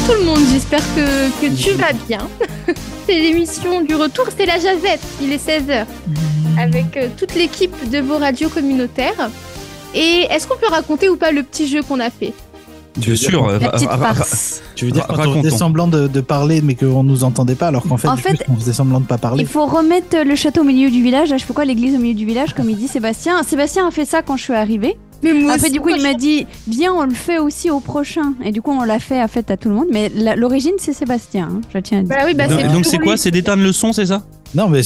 tout le monde, j'espère que tu vas bien. C'est l'émission du retour, c'est la Jazette, il est 16h, avec toute l'équipe de vos radios communautaires. Et est-ce qu'on peut raconter ou pas le petit jeu qu'on a fait ? Bien sûr. La petite farce. Tu veux dire quand on faisait semblant de parler mais qu'on nous entendait pas, alors qu'en fait, on faisait semblant de pas parler. Il faut remettre le château au milieu du village. Là, je fais quoi, l'église au milieu du village, comme il dit Sébastien. Sébastien a fait ça quand je suis arrivée. Mais moi Après, du coup, il m'a dit viens, on le fait aussi au prochain. Et du coup, on l'a fait à tout le monde. Mais l'origine, c'est Sébastien. Hein, je tiens à dire. Bah oui, donc c'est quoi ? C'est d'éteindre le son, c'est ça ? Non, mais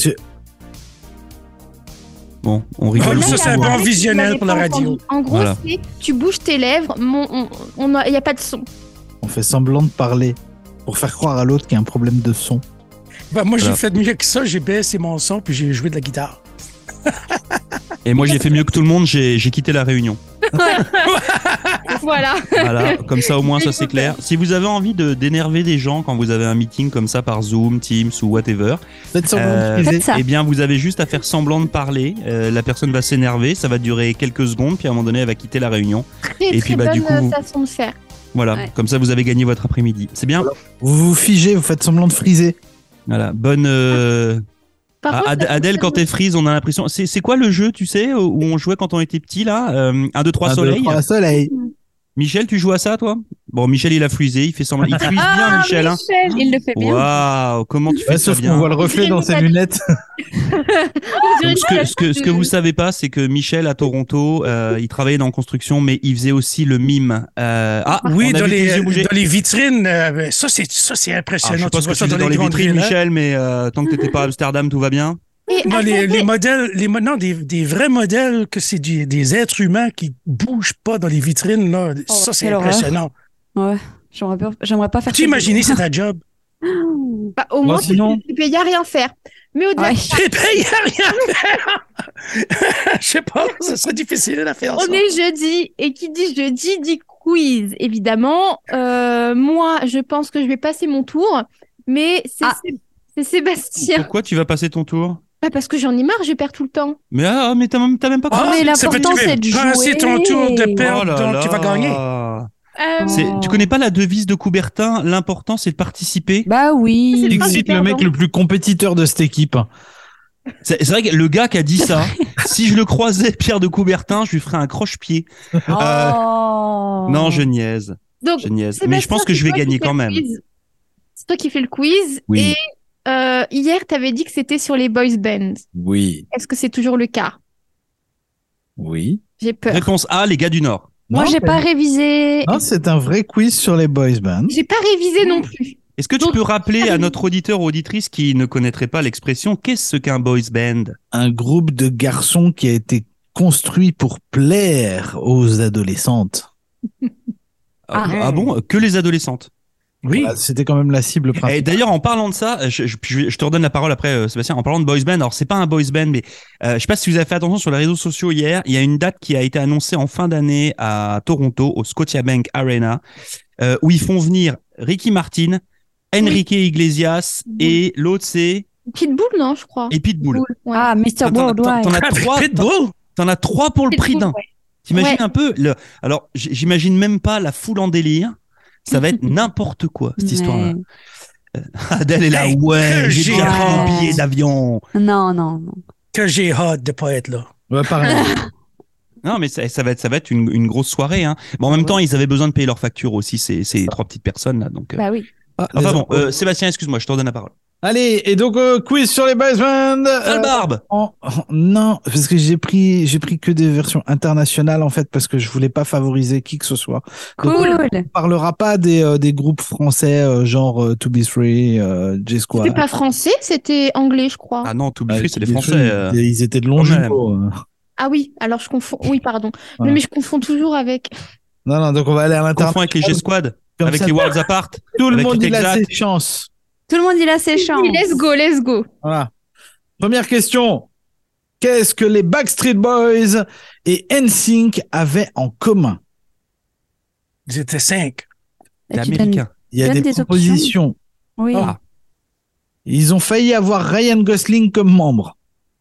bon, on rigole. Ça, c'est un bon visionnel pour la radio. En gros, voilà. C'est tu bouges tes lèvres, il n'y a pas de son. On fait semblant de parler pour faire croire à l'autre qu'il y a un problème de son. Bah, moi, j'ai fait mieux que ça. J'ai baissé mon son puis j'ai joué de la guitare. Et moi, j'ai fait mieux que tout le monde. J'ai quitté la réunion. Voilà. Voilà, comme ça au moins ça c'est clair. Si vous avez envie d'énerver des gens quand vous avez un meeting comme ça par Zoom, Teams ou whatever, eh bien vous avez juste à faire semblant de parler. La personne va s'énerver, ça va durer quelques secondes, puis à un moment donné elle va quitter la réunion. Et puis du coup, façon de faire. Voilà, ouais. Comme ça vous avez gagné votre après-midi. C'est bien. Voilà. Vous vous figez, vous faites semblant de friser. Voilà, bonne. Adèle, quand t'es freeze, on a l'impression. C'est quoi le jeu, tu sais, où on jouait quand on était petit là 1, 2, 3 soleil. 1, 2, 3 soleil. Michel, tu joues à ça, toi ? Bon, Michel, il a freezé, il fait semblant. Il freeze bien, Michel. Hein. Il le fait bien. Waouh, comment tu fais ça bien ? On voit le reflet dans ses lunettes. Donc, ce que vous savez pas, c'est que Michel à Toronto, il travaillait dans la construction, mais il faisait aussi le mime. Oui, dans les vitrines. Ça, c'est impressionnant. Je sais pas ce que tu faisais dans les vitrines, Michel, mais tant que t'étais pas à Amsterdam, tout va bien. Non, les modèles, des vrais modèles que c'est des êtres humains qui bougent pas dans les vitrines, là. Ça, c'est impressionnant. Ouais, j'aimerais pas faire ça. Tu imagines, c'est ta job. Bah, au moins, tu payes à rien faire. Mais au-delà tu payes à rien faire. Je sais pas, ça serait difficile à faire. On est jeudi, et qui dit jeudi dit quiz, évidemment. Moi, je pense que je vais passer mon tour, mais c'est Sébastien. Pourquoi tu vas passer ton tour ? Bah parce que j'en ai marre, je perds tout le temps. Mais t'as même pas mais l'important c'est de jouer. C'est ton tour de perdre, donc tu vas gagner. Tu connais pas la devise de Coubertin ? L'important c'est de participer. Bah oui. Excite le mec le plus compétiteur de cette équipe. C'est vrai que le gars qui a dit ça, si je le croisais, Pierre de Coubertin, je lui ferais un croche-pied. Non, je niaise. Donc, mais je pense que je vais gagner quand même. C'est toi qui fais le quiz. Oui. Et hier, tu avais dit que c'était sur les boys bands. Oui. Est-ce que c'est toujours le cas ? Oui. J'ai peur. Réponse A, les gars du Nord. Moi, j'ai pas révisé. Non, c'est un vrai quiz sur les boys bands. J'ai pas révisé non plus. Est-ce que tu peux rappeler à notre auditeur ou auditrice qui ne connaîtrait pas l'expression, qu'est-ce qu'un boys band ? Un groupe de garçons qui a été construit pour plaire aux adolescentes. Ah bon ? Que les adolescentes ? Oui. Voilà, c'était quand même la cible principale. Et d'ailleurs, en parlant de ça, je te redonne la parole après, Sébastien. En parlant de boys band, alors c'est pas un boys band, mais je sais pas si vous avez fait attention sur les réseaux sociaux hier. Il y a une date qui a été annoncée en fin d'année à Toronto, au Scotiabank Arena, où ils font venir Ricky Martin, Enrique Iglesias et l'autre c'est Pitbull, non, je crois. Et Pitbull. Ouais. Ah, Mr. Worldwide. T'en as trois pour le prix d'un. Ouais. T'imagines un peu alors, j'imagine même pas la foule en délire. Ça va être n'importe quoi, cette histoire-là. Adèle est là, j'ai déjà pris mon billet d'avion. Non. Que j'ai hâte de pas être là. Ouais, pareil. Non, mais ça va être une grosse soirée. Hein. Bon, en même temps, ils avaient besoin de payer leurs factures aussi, ces trois petites personnes là. Donc, Bah oui. Enfin bon, Sébastien, excuse-moi, je te redonne la parole. Allez, et donc quiz sur les boys bands. Sale barbe. Non, parce que j'ai pris que des versions internationales en fait parce que je voulais pas favoriser qui que ce soit. Cool. Donc, on parlera pas des groupes français genre To Be Free, J-Squad. C'était pas français, c'était anglais, je crois. Ah non, To Be Free, c'est des Français. Ils étaient de Longjumeau. Ah oui, alors je confonds. Oui, pardon. Voilà. Mais je confonds toujours avec. Non, donc on va aller à l'international. Confond avec les G-Squad, avec les Worlds Apart. Tout le monde il a ses chances. Tout le monde il a ses chances. Oui, let's go. Voilà. Première question. Qu'est-ce que les Backstreet Boys et NSYNC avaient en commun? Ils étaient 5. C'est américain. Il y a des propositions. Oui. Ah. Ils ont failli avoir Ryan Gosling comme membre.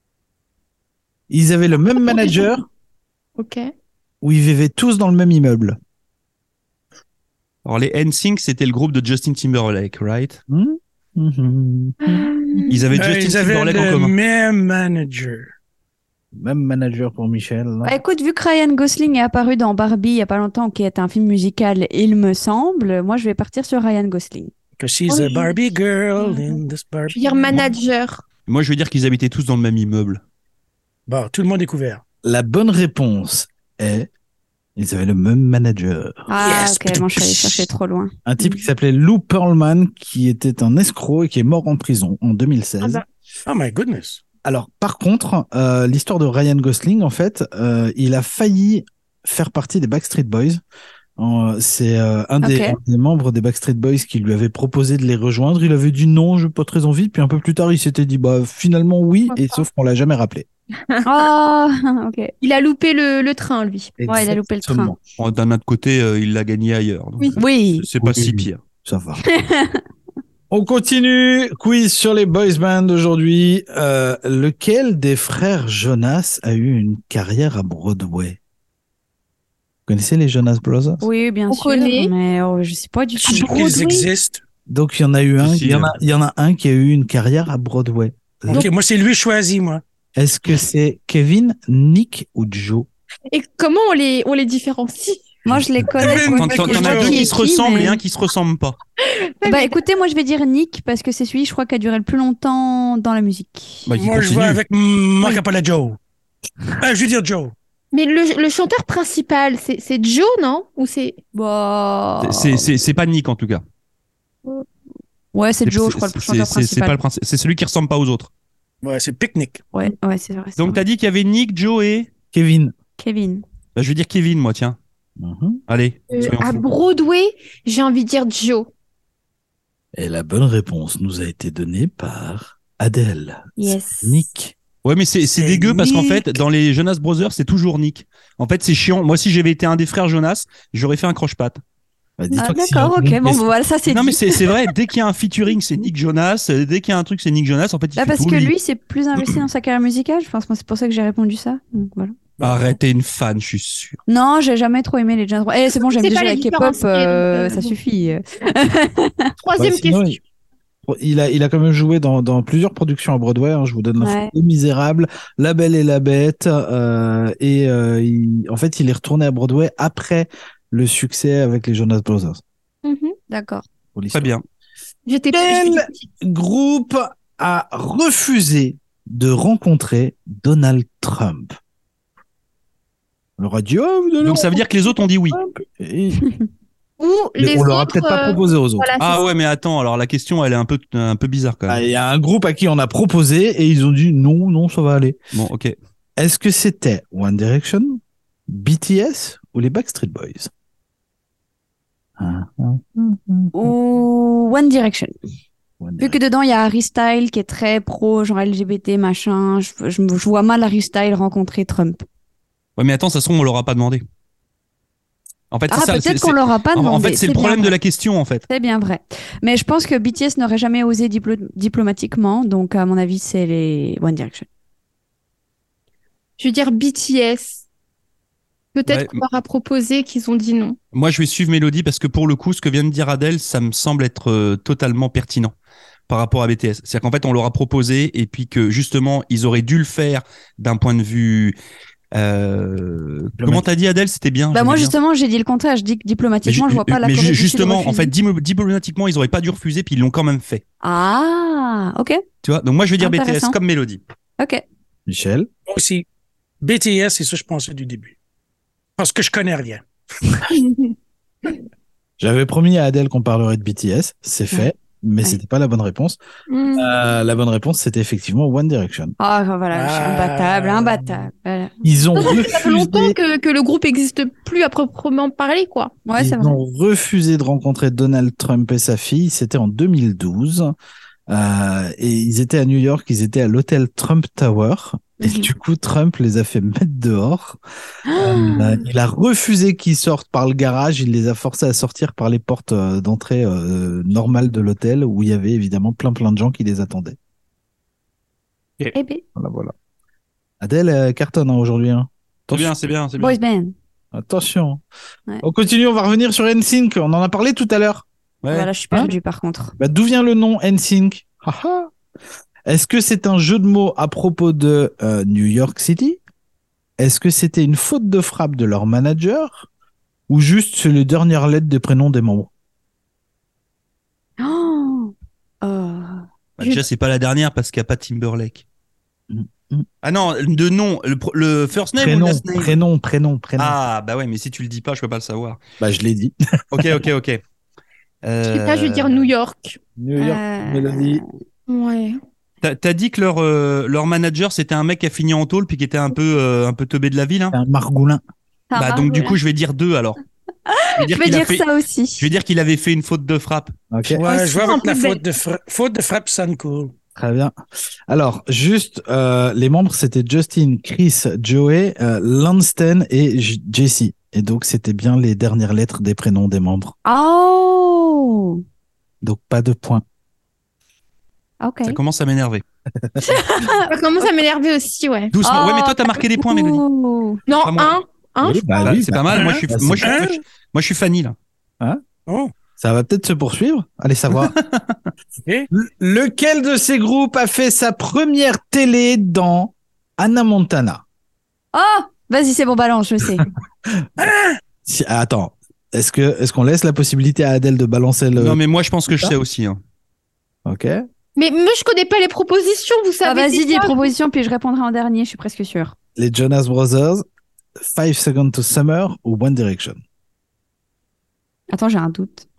Ils avaient le même manager. Ok. Où ils vivaient tous dans le même immeuble. Alors les NSYNC, c'était le groupe de Justin Timberlake, right? Ils avaient Justin Ils avaient Timberlake en le commun. même manager. Même manager pour Michel. Bah, écoute, vu que Ryan Gosling est apparu dans Barbie il y a pas longtemps, qui est un film musical, il me semble, moi je vais partir sur Ryan Gosling. Because she's a Barbie girl in this Barbie. Je veux dire manager. Moi, je veux dire qu'ils habitaient tous dans le même immeuble. Bon, tout le monde est couvert. La bonne réponse est ils avaient le même manager. Ah, Yes. ok, moi je suis allée chercher trop loin. Un type qui s'appelait Lou Pearlman, qui était un escroc et qui est mort en prison en 2016. Ah bah. Oh my goodness. Alors, par contre, l'histoire de Ryan Gosling, en fait, il a failli faire partie des Backstreet Boys. C'est un des membres des Backstreet Boys qui lui avait proposé de les rejoindre. Il avait dit non, j'ai pas très envie. Puis un peu plus tard, il s'était dit bah finalement oui, et sauf qu'on l'a jamais rappelé. Ah, ok. Il a loupé le train, lui. Ouais, il a loupé le train. Exactement. Oh, d'un autre côté, il l'a gagné ailleurs. Donc, Oui. c'est pas Oui. si pire. Ça va. On continue. Quiz sur les boys bands aujourd'hui. Lequel des frères Jonas a eu une carrière à Broadway? Vous connaissez les Jonas Brothers? Oui, bien On sûr. connaît. Mais je sais pas du Je sais tout. qu'ils Broadway. existent. Donc il y en a eu un. Si, Il y en a un qui a eu une carrière à Broadway. OK, moi, c'est lui choisi, moi. Est-ce que c'est Kevin, Nick ou Joe? Et comment on les différencie? Moi, je les connais. T'en- T'en Je as vois deux qui se ressemblent mais- et un qui se ressemble pas. Bah écoutez, moi je vais dire Nick parce que c'est celui, je crois, qui a duré le plus longtemps dans la musique. Bah, il Moi, je continue. vais avec Marc Joe. Je veux dire Joe. Mais le chanteur principal, c'est Joe, non? Ou c'est... Bah... C'est pas Nick en tout cas. Ouais, c'est Joe, je crois, le chanteur C'est pas principal. le principe. C'est celui qui ressemble pas aux autres. Ouais, c'est Picnic. Ouais, c'est vrai. c'est Donc vrai. t'as dit qu'il y avait Nick, Joe et. Kevin. Kevin. Bah, je vais dire Kevin, moi, tiens. Mhm. Allez. soyons à fous. Broadway, j'ai envie de dire Joe. Et la bonne réponse nous a été donnée par Adèle. Yes. Nick. Ouais, mais c'est C'est dégueu parce qu'en Nick. fait, dans les Jonas Brothers, c'est toujours Nick. En fait, c'est chiant. Moi, si j'avais été un des frères Jonas, j'aurais fait un croche-patte. Bah, dis-toi Ah, que si d'accord, on- ok. Bon, mais- bah, voilà, ça c'est Non, dit. mais c'est vrai. Dès qu'il y a un featuring, c'est Nick Jonas. Dès qu'il y a un truc, c'est Nick Jonas. En fait, il Bah, fait parce tout, que lui, c'est plus investi dans sa carrière musicale. Je pense moi, c'est pour ça que j'ai répondu ça. Donc, voilà. Arrête, t'es une fan, je suis sûr. Non, j'ai jamais trop aimé les Jonas Brothers. Eh, c'est bon, j'aime C'est déjà pas la les K-pop, différencier, donc, ça bon. suffit. Troisième Ouais, sinon, question. il a quand même joué dans plusieurs productions à Broadway. Hein, je vous donne l'info. Ouais. Les Misérables, La Belle et la Bête. En fait, il est retourné à Broadway après le succès avec les Jonas Brothers. Mhm. D'accord. Pour Très l'histoire. bien. J'étais Quel groupe a refusé de rencontrer Donald Trump? On leur a dit, oh, vous allez Donc ça veut dire que les autres ont dit oui. rencontrer Trump. Et Ou les on leur a autres, peut-être pas proposé aux autres. voilà, c'est Ah ça. ouais, mais attends, alors la question, elle est un peu bizarre quand Ah, même. il y a un groupe à qui on a proposé et ils ont dit non, non, ça va aller. Bon, ok. Est-ce que c'était One Direction, BTS ou les Backstreet Boys? Ou One Direction. One Vu que dedans, il y a Harry Styles qui est très pro, genre LGBT, machin. Je vois mal Harry Styles rencontrer Trump. Ouais, mais attends, ça se trouve, on l'aura pas demandé. En fait, Ah, c'est ça. peut-être qu'on l'aura pas demandé. En fait, c'est le bien problème de vrai. la question, en fait. C'est bien vrai. Mais je pense que BTS n'aurait jamais osé diplomatiquement. Donc, à mon avis, c'est les One Direction. Je veux dire BTS. Peut-être Ouais. qu'on leur a proposé qu'ils ont dit non. Moi, je vais suivre Mélodie parce que pour le coup, ce que vient de dire Adèle, ça me semble être totalement pertinent par rapport à BTS. C'est-à-dire qu'en fait, on leur a proposé et puis que justement, ils auraient dû le faire d'un point de vue. Comment t'as dit, Adèle? C'était bien. Bah, j'aimais moi, bien. justement, j'ai dit le contraire. Je dis que diplomatiquement, je vois pas la mais Corée du Sud justement, en refuser. fait, diplomatiquement, ils auraient pas dû refuser puis ils l'ont quand même fait. Ah, ok. Tu vois? Donc moi, je vais dire BTS Intéressant. comme Mélodie. Ok. Michel? Moi aussi. BTS, c'est ça que je pensais du début. Parce que je connais rien. J'avais promis à Adèle qu'on parlerait de BTS, c'est fait, mais Ouais. c'était pas la bonne réponse. Hmm. La bonne réponse, c'était effectivement One Direction. Ah, voilà, je suis imbattable, imbattable. Voilà. Ils ont Ça fait longtemps refusé, que le groupe n'existe plus à proprement parler, quoi. Ouais, ils c'est vrai. ont refusé de rencontrer Donald Trump et sa fille. C'était en 2012. Et ils étaient à New York, ils étaient à l'hôtel Trump Tower. Et Mhm. du coup, Trump les a fait mettre dehors. Il a refusé qu'ils sortent par le garage. Il les a forcés à sortir par les portes d'entrée normales de l'hôtel où il y avait évidemment plein de gens qui les attendaient. Eh ben, Voilà, voilà. Adèle cartonne hein, aujourd'hui. Hein. C'est bien, c'est bien, c'est bien. Boys band. Attention. Ouais. On continue, on va revenir sur NSYNC. On en a parlé tout à l'heure. Ouais. Voilà, je suis perdue par contre. Bah, d'où vient le nom NSYNC? Haha. Est-ce que c'est un jeu de mots à propos de New York City? Est-ce que c'était une faute de frappe de leur manager? Ou juste c'est les dernières lettres des prénoms des membres? Oh Bah, déjà, c'est pas la dernière parce qu'il n'y a pas Timberlake. Mm. Ah non, de nom, le first name ou le Prénom, last name? prénom. Ah, bah ouais, mais si tu le dis pas, je peux pas le savoir. Bah, je l'ai dit. Ok. Je sais pas, je veux dire New York. New York, Mélodie. Ouais. T'as dit que leur manager, c'était un mec qui a fini en tôle puis qui était un peu teubé de la ville, hein? Un margoulin. Bah, donc, du coup, je vais dire 2 alors. je vais dire ça aussi. Je vais dire qu'il avait fait une faute de frappe. Ok. Ouais, je vois avec la bête. faute de frappe, ça me cool. Très bien. Alors, juste, les membres, c'était Justin, Chris, Joey, Lanston et Jesse. Et donc, c'était bien les dernières lettres des prénoms des membres. Oh Donc, pas de points. Ok. Ça commence à m'énerver. Ça commence à m'énerver aussi, ouais. Doucement. Oh, Ouais, mais toi, t'as marqué des points, Mélodie. Oh. Non, Pas moi. un. Oui, bah Bah, oui, c'est bah, pas mal. Moi, Hein? je suis Fanny, là. Oh. ça va peut-être se poursuivre. Allez savoir. Et? Lequel de ces groupes a fait sa première télé dans Hannah Montana? Oh Vas-y, c'est bon, balance, je sais. Attends. Est-ce qu'on laisse la possibilité à Adèle de balancer le... Non, mais moi, je pense que je sais aussi. Hein. Ok. Mais moi, je connais pas les propositions, vous savez. Vas-y, dis déjà. les propositions, puis je répondrai en dernier, je suis presque sûre. Les Jonas Brothers, 5 Seconds to Summer ou One Direction? Attends, j'ai un doute.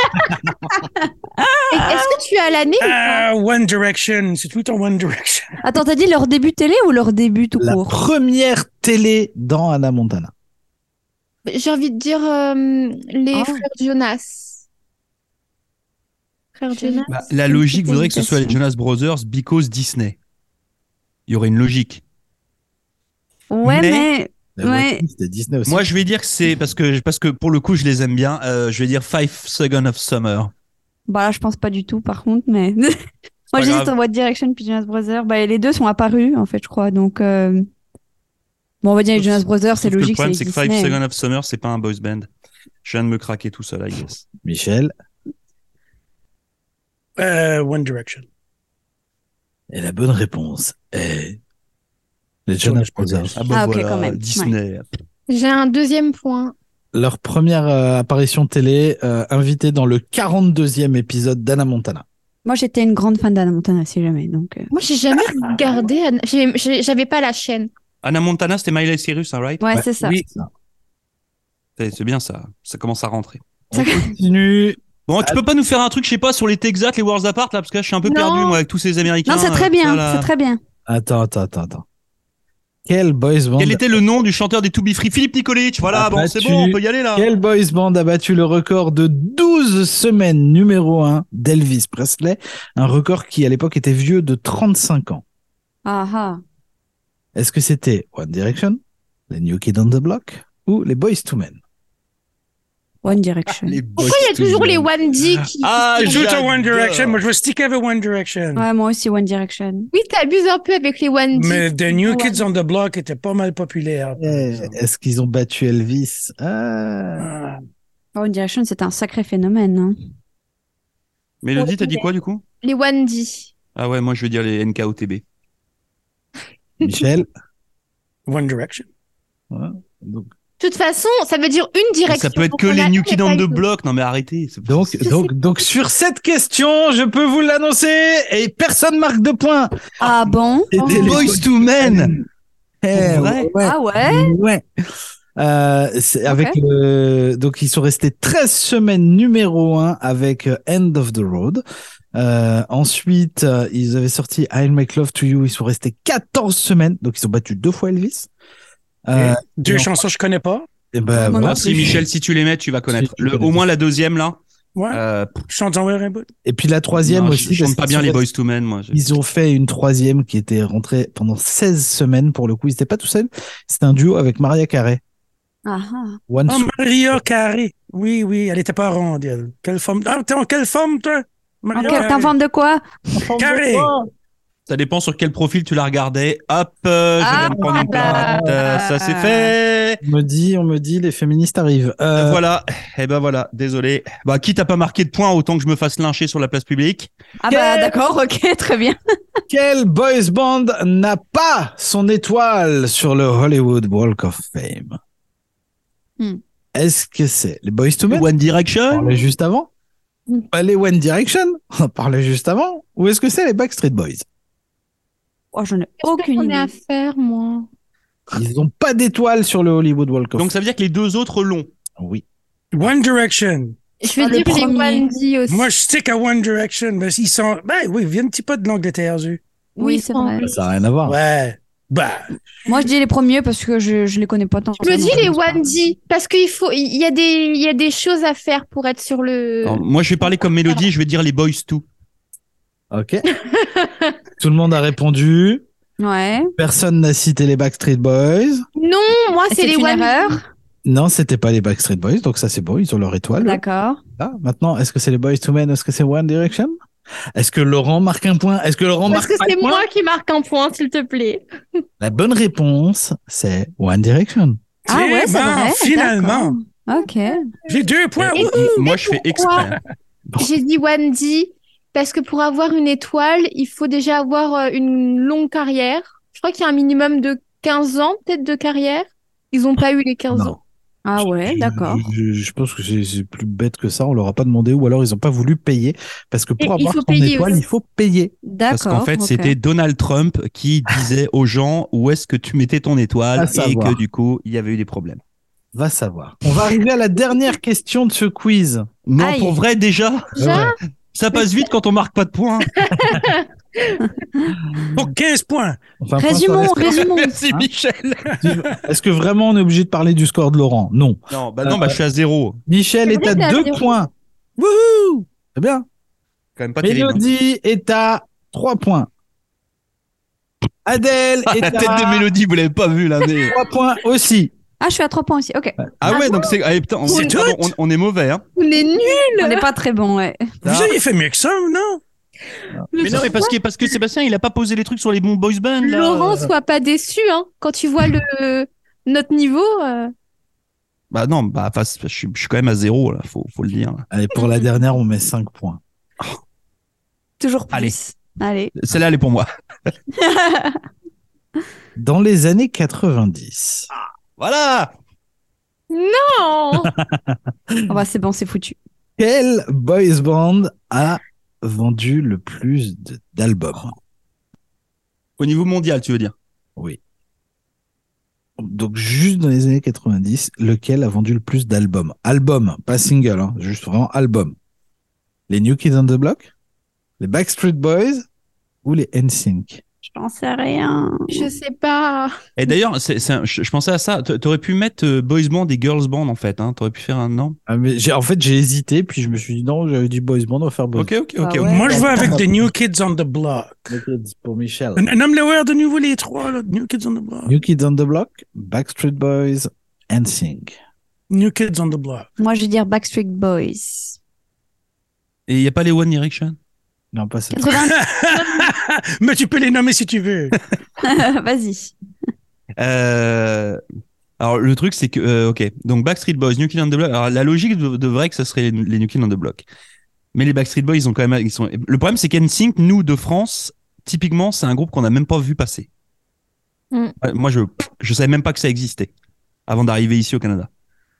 Est-ce que tu as l'année One Direction. C'est tout en One Direction. Attends, t'as dit leur début télé ou leur début tout La court? première télé dans Hannah Montana. J'ai envie de dire les Oh. frères Jonas. Frères Jonas. Bah, la logique voudrait que ce soit les Jonas Brothers because Disney. Il y aurait une logique. Ouais, Mais- mais... La Ouais. voiture, c'était Disney aussi. Moi, je vais dire que c'est parce que pour le coup, je les aime bien. Je vais dire 5 Seconds of Summer. Bah là, je pense pas du tout, par contre, mais... pas Moi, j'hésite grave. en One Direction puis Jonas Brothers. Bah, les deux sont apparus, en fait, je crois, donc... Bon, on va dire les Jonas Brothers, c'est Sauf que logique, le problème, c'est c'est que 5 Disney. Seconds of Summer, c'est pas un boys band. Je viens de me craquer tout seul, I guess. Michel. One Direction. Et la bonne réponse est les Jonas Brothers. Ah bah Ah, ok, voilà, quand même. Disney. J'ai un deuxième point. Leur première apparition télé, invitée dans le 42e épisode d'Hannah Montana. Moi, j'étais une grande fan d'Hannah Montana, si jamais, donc... Moi, j'ai jamais regardé. J'avais pas la chaîne. Hannah Montana, c'était Miley Cyrus, hein, right? Ouais, Ouais, c'est ça. Oui. C'est bien ça. Ça commence à rentrer. On continue. Bon, tu peux pas nous faire un truc, je sais pas, sur les Texas, les Worlds Apart, là, parce que là, je suis un peu Non. perdu, moi, avec tous ces Américains. Non, c'est très bien, ça, là. c'est très bien. Attends. Quel boys band Quel était le nom du chanteur des To Be Free? Philippe Nikolic. Voilà, Ah, bon, bah, c'est tu- bon, on peut y aller, là. Quel boys band a battu le record de 12 semaines numéro 1 d'Elvis Presley? Un record qui, à l'époque, était vieux de 35 ans. Ah ah. Est-ce que c'était One Direction, les New Kids on the Block ou les Boyz II Men? One Direction. Les Pourquoi il y a toujours les One D qui. Ah, Tout j'adore. en One Direction. Moi, je vais sticker avec One Direction. Ouais, moi aussi, One Direction. Oui, t'abuses un peu avec les One D. Mais The New Kids on the Block était pas mal populaire. par exemple. Est-ce qu'ils ont battu Elvis? Ah. One Direction, c'est un sacré phénomène. Hein. Mélodie, t'as dit quoi, du coup? Les One D. Ah ouais, moi, je veux dire les NKOTB. Michel? One Direction. Ouais. Donc, De toute façon, ça veut dire une direction. Ça peut être Donc, que on les a- New on Kids est on pas the une- Block. Non, mais arrêtez. donc, sur cette question, je peux vous l'annoncer et personne marque de points. Ah bon? C'était Les Boys to Men. Eh, Vrai ouais. Ah ouais? Ouais. Avec donc ils sont restés 13 semaines numéro 1 avec End of the Road. Ensuite, ils avaient sorti I'll Make Love to You, ils sont restés 14 semaines, donc ils ont battu 2 fois Elvis. Deux et chansons que je connais pas. Et ben, Moi voilà. non Si Michel, si tu les mets, tu vas connaître. Si, tu connais. Au moins la deuxième, là. Ouais. Je chante en un bout. Et puis la troisième non, aussi. je chante parce pas qu'ils bien sont les restés- Boys to Men, moi. Ils ont fait une troisième qui était rentrée pendant 16 semaines pour le coup. Ils n'étaient pas tout seuls. C'était un duo avec Maria Carey. Ah ah. One Oh, Sou- Maria Carey. Oui, oui, elle était pas ronde, elle. Quelle forme. Ah, t'es en quelle forme, toi? Maria Ok, t'es en forme de quoi? Carré. Ça dépend sur quel profil tu la regardais. Hop, je viens de prendre une voilà. plainte. Ça c'est fait. On me dit, les féministes arrivent. Voilà. Eh ben voilà, désolé. Bah, quitte à pas marquer de points, autant que je me fasse lyncher sur la place publique. Ah bah d'accord, ok, très bien. Quel boys band n'a pas son étoile sur le Hollywood Walk of Fame? Est-ce que c'est les Boyz II Men? One On Direction. parlait juste avant. Les One Direction? On parlait juste avant. Ou est-ce que c'est les Backstreet Boys? Oh, j'en ai Qu'est-ce aucune qu'on idée. est à faire, moi? Ils n'ont pas d'étoile sur le Hollywood Walk of Donc ça veut dire que les deux autres l'ont. Fame. Oui. One Direction. Je vais le dire les premier. One D aussi. Moi, je stick à One Direction. Mais ils sont. Ben oui, ils viennent un petit peu de l'Angleterre, eux. Oui, c'est vrai. Ça n'a rien à voir. Ouais. Bah. Moi, je dis les premiers parce que je les connais pas tant. Je me dis les pense pas. One D parce il y a des choses à faire pour être sur le. Alors, moi, je vais parler comme mélodie. Je vais dire les Boys II. Ok. Tout le monde a répondu. Ouais. Personne n'a cité les Backstreet Boys. Non, moi Et c'est les une One D. erreur. Non, c'était pas les Backstreet Boys, donc ça c'est beau, ils ont leur étoile. D'accord. Ah, maintenant, est-ce que c'est les Boyz II Men? Est-ce que c'est One Direction? Est-ce que Laurent marque un point? Est-ce que Laurent Parce marque que pas c'est un point? moi qui marque un point, s'il te plaît. La bonne réponse, c'est One Direction. Ah ouais, c'est Tiens, vrai. finalement. d'accord. Ok. J'ai 2 points. Et- Moi, je fais exprès. J'ai dit One D parce que pour avoir une étoile, il faut déjà avoir une longue carrière. Je crois qu'il y a un minimum de 15 ans, peut-être, de carrière. Ils n'ont pas eu les 15 Non. ans. Ah ouais, d'accord. Je pense que c'est plus bête que ça, on leur a pas demandé, ou alors ils ont pas voulu payer, parce que Et pour il avoir faut son payer étoile, aussi. il faut payer. Parce D'accord. qu'en fait, ok. c'était Donald Trump qui disait aux gens où est-ce que tu mettais ton étoile À et savoir. que du coup, il y avait eu des problèmes. Va savoir. On va arriver à la dernière question de ce quiz. Non, Aïe. pour vrai, déjà, Déjà ça passe vite quand on marque pas de points. Donc 15 points. Enfin, point sur Résumons, la- résumons. Merci, Hein Michel. Est-ce que vraiment on est obligé de parler du score de Laurent? Non. Non, je suis à 0. Michel C'est est vrai à que t'es à 2 zéro. points. Wouhou! C'est bien. Quand même pas terrible. Mélodie est à 3 points. Adèle Ah, est la tête à de Mélodie, vous l'avez pas vu là. Mais... 3 points aussi. Ah, je suis à 3 points aussi. Ok. Ah ouais, donc c'est. Allez, putain, C'est pardon, tout on est mauvais, hein. On est nuls. On n'est pas très bon, ouais. Vous aviez fait mieux que ça, ou non? Mais non, mais parce que Sébastien, il a pas posé les trucs sur les bons boys band. Là. Laurent, sois pas déçu, hein. Quand tu vois notre niveau. Bah non, enfin, je suis quand même à 0 là, faut le dire. Allez, pour la dernière, on met 5 points. Toujours plus. Allez. Allez. Celle-là, elle est pour moi. Dans les années 90, Voilà. Non. Oh, bah, c'est bon, c'est foutu. quel boys band a vendu le plus d'albums? Au niveau mondial, tu veux dire? Oui. Donc, juste dans les années 90, lequel a vendu le plus d'albums? Albums, pas single, hein, juste vraiment albums. Les New Kids on the Block, les Backstreet Boys ou les NSYNC? J'en sais rien. Je sais pas. Et d'ailleurs, je pensais à ça. T'aurais pu mettre boys band et girls band en fait. Hein. T'aurais pu faire un nom. Ah, mais j'ai hésité, puis je me suis dit non, j'avais dit boys band, on va faire boys. Ok. Ah ouais. Moi, je vais avec The New Kids on the Block. Ok, pour Michel. Nomme-le de nouveau les trois, là. New Kids on the Block. New Kids on the Block, Backstreet Boys, NSYNC. New Kids on the Block. Moi, je vais dire Backstreet Boys. Et il y a pas les One Direction. Non, pas ça. 80. Mais tu peux les nommer si tu veux. Vas-y. Alors le truc c'est que ok, donc Backstreet Boys, New Kids on the Block. Alors la logique devrait que ça serait les New Kids on the Block. Mais les Backstreet Boys ils ont quand même Le problème c'est qu'NSYNC, nous de France, typiquement c'est un groupe qu'on n'a même pas vu passer. Mm. Ouais, moi je savais même pas que ça existait avant d'arriver ici au Canada.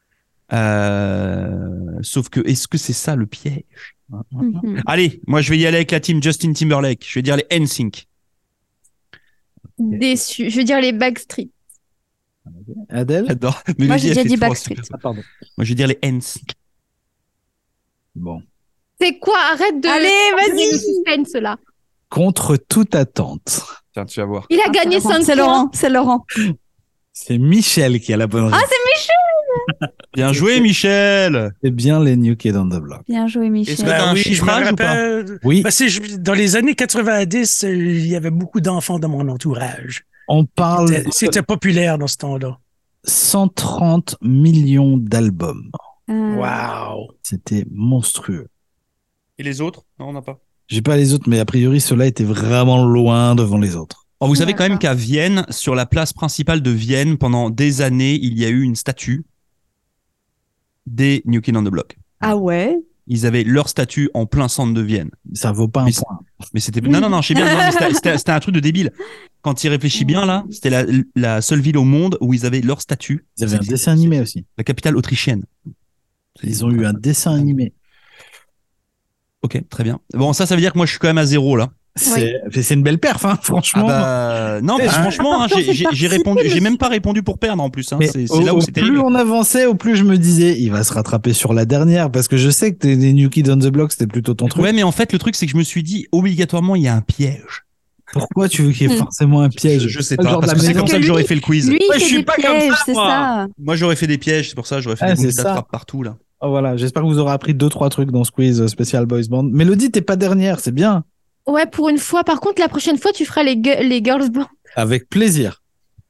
Sauf que est-ce que c'est ça le piège? Mhm. Allez, moi je vais y aller avec la team Justin Timberlake. Je vais dire les NSYNC. Déçu. Je veux dire les Backstreet. Adèle? J'adore. Moi, j'ai Mélodie, déjà elle fait dit trop Backstreet. super. Ah, pardon. Moi je vais dire les NSYNC. Bon. C'est quoi? Arrête de. Allez, vas-y. Le suspense là. Contre toute attente, Tiens, tu vas voir. Il a Ah, gagné c'est Laurent, 5 C'est points. Laurent. C'est Laurent. c'est Michel qui a la bonne réponse. Bien joué, Michel. C'est bien les New Kids on the Block. Bien joué, Est-ce que Michel. t'as un je me chiffrage ou pas? rappelle. Oui, Ben, dans les années 90, il y avait beaucoup d'enfants dans mon entourage. on parle de C'était populaire dans ce temps-là. 130 millions d'albums. Euh, Wow. C'était monstrueux. Et les autres? Non, on n'a pas. J'ai pas les autres, mais a priori, ceux-là étaient vraiment loin devant les autres. Alors, vous savez quand même qu'à Vienne, sur la place principale de Vienne, pendant des années, il y a eu une statue des New Kids on the Block. Ah ouais? Ils avaient leur statue en plein centre de Vienne. Ça vaut pas un point. Mais c'était non, je sais bien, non, mais c'était un truc de débile. Quand il réfléchit bien là, c'était la seule ville au monde où ils avaient leur statue. Ils avaient un dessin animé aussi. La capitale autrichienne. Ils ont eu un dessin animé. Ok, très bien. Bon, ça veut dire que moi je suis quand même à 0 là. C'est une belle perf, hein, franchement. Non, franchement, hein, j'ai même pas répondu pour perdre en plus. Hein. C'est là où c'est terrible. Plus on avançait, au plus je me disais, il va se rattraper sur la dernière, parce que je sais que les New Kids on the Block, c'était plutôt ton truc. Ouais, mais en fait, le truc, c'est que je me suis dit, obligatoirement, il y a un piège. Pourquoi tu veux qu'il y ait forcément un piège? Je sais pas, parce que c'est comme ça que j'aurais fait le quiz. Lui, je suis pas pièges, comme ça, moi, j'aurais fait des pièges, c'est pour ça, j'aurais fait des boules d'attrape partout là. Oh, voilà, j'espère que vous aurez appris 2-3 trucs dans ce quiz spécial Boys Band. Mélodie, t'es pas dernière, c'est bien. Ouais, pour une fois. Par contre, la prochaine fois, tu feras les girls band. Avec plaisir.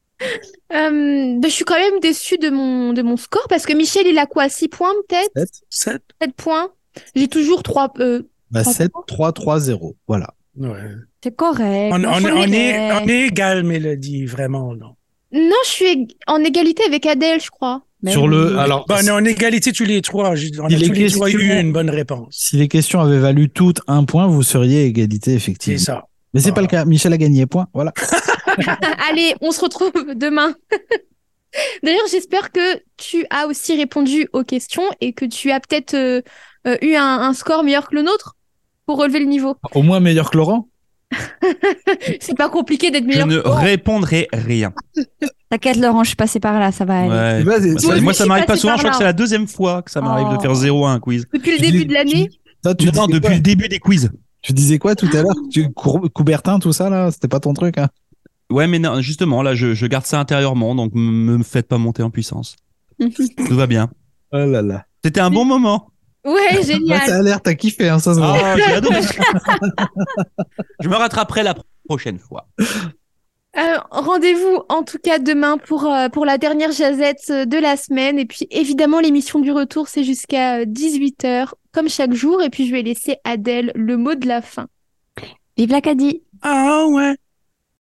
Je suis quand même déçue de mon score parce que Michel, il a quoi? 6 points peut-être? 7 points. J'ai toujours 3. 7, 3, 3, 0. Voilà. Ouais. C'est correct. On est égal, Mélodie, vraiment, non. Non, je suis en égalité avec Adèle, je crois. Alors, on est en égalité tous les trois. On a tous les trois eu une bonne réponse. Si les questions avaient valu toutes un point, vous seriez égalité, effectivement. C'est ça. Mais c'est pas le cas. Michel a gagné, point. Voilà. Allez, on se retrouve demain. D'ailleurs, j'espère que tu as aussi répondu aux questions et que tu as peut-être eu un score meilleur que le nôtre pour relever le niveau. Au moins meilleur que Laurent. C'est pas compliqué d'être meilleur. Je ne répondrai rien. T'inquiète, Laurent, je suis passé par là, ça va aller. Ouais. Moi, ça m'arrive pas souvent. Je crois que c'est la deuxième fois que ça m'arrive de faire 0 à un quiz. Depuis le début de l'année? Non, depuis le début des quiz. Tu disais quoi tout à l'heure? Coubertin, tout ça, là, c'était pas ton truc, hein? Ouais, mais non, justement, là, je garde ça intérieurement, donc me faites pas monter en puissance. Tout va bien. Oh là là. C'était un bon moment. Ouais, génial. Ça a l'air, t'as kiffé, hein, ça se voit. J'ai adoré. Je me rattraperai la prochaine fois. Rendez-vous en tout cas demain pour la dernière jazette de la semaine. Et puis évidemment, l'émission du retour, c'est jusqu'à 18h, comme chaque jour. Et puis je vais laisser Adèle le mot de la fin. Vive l'Acadie! Ah ouais!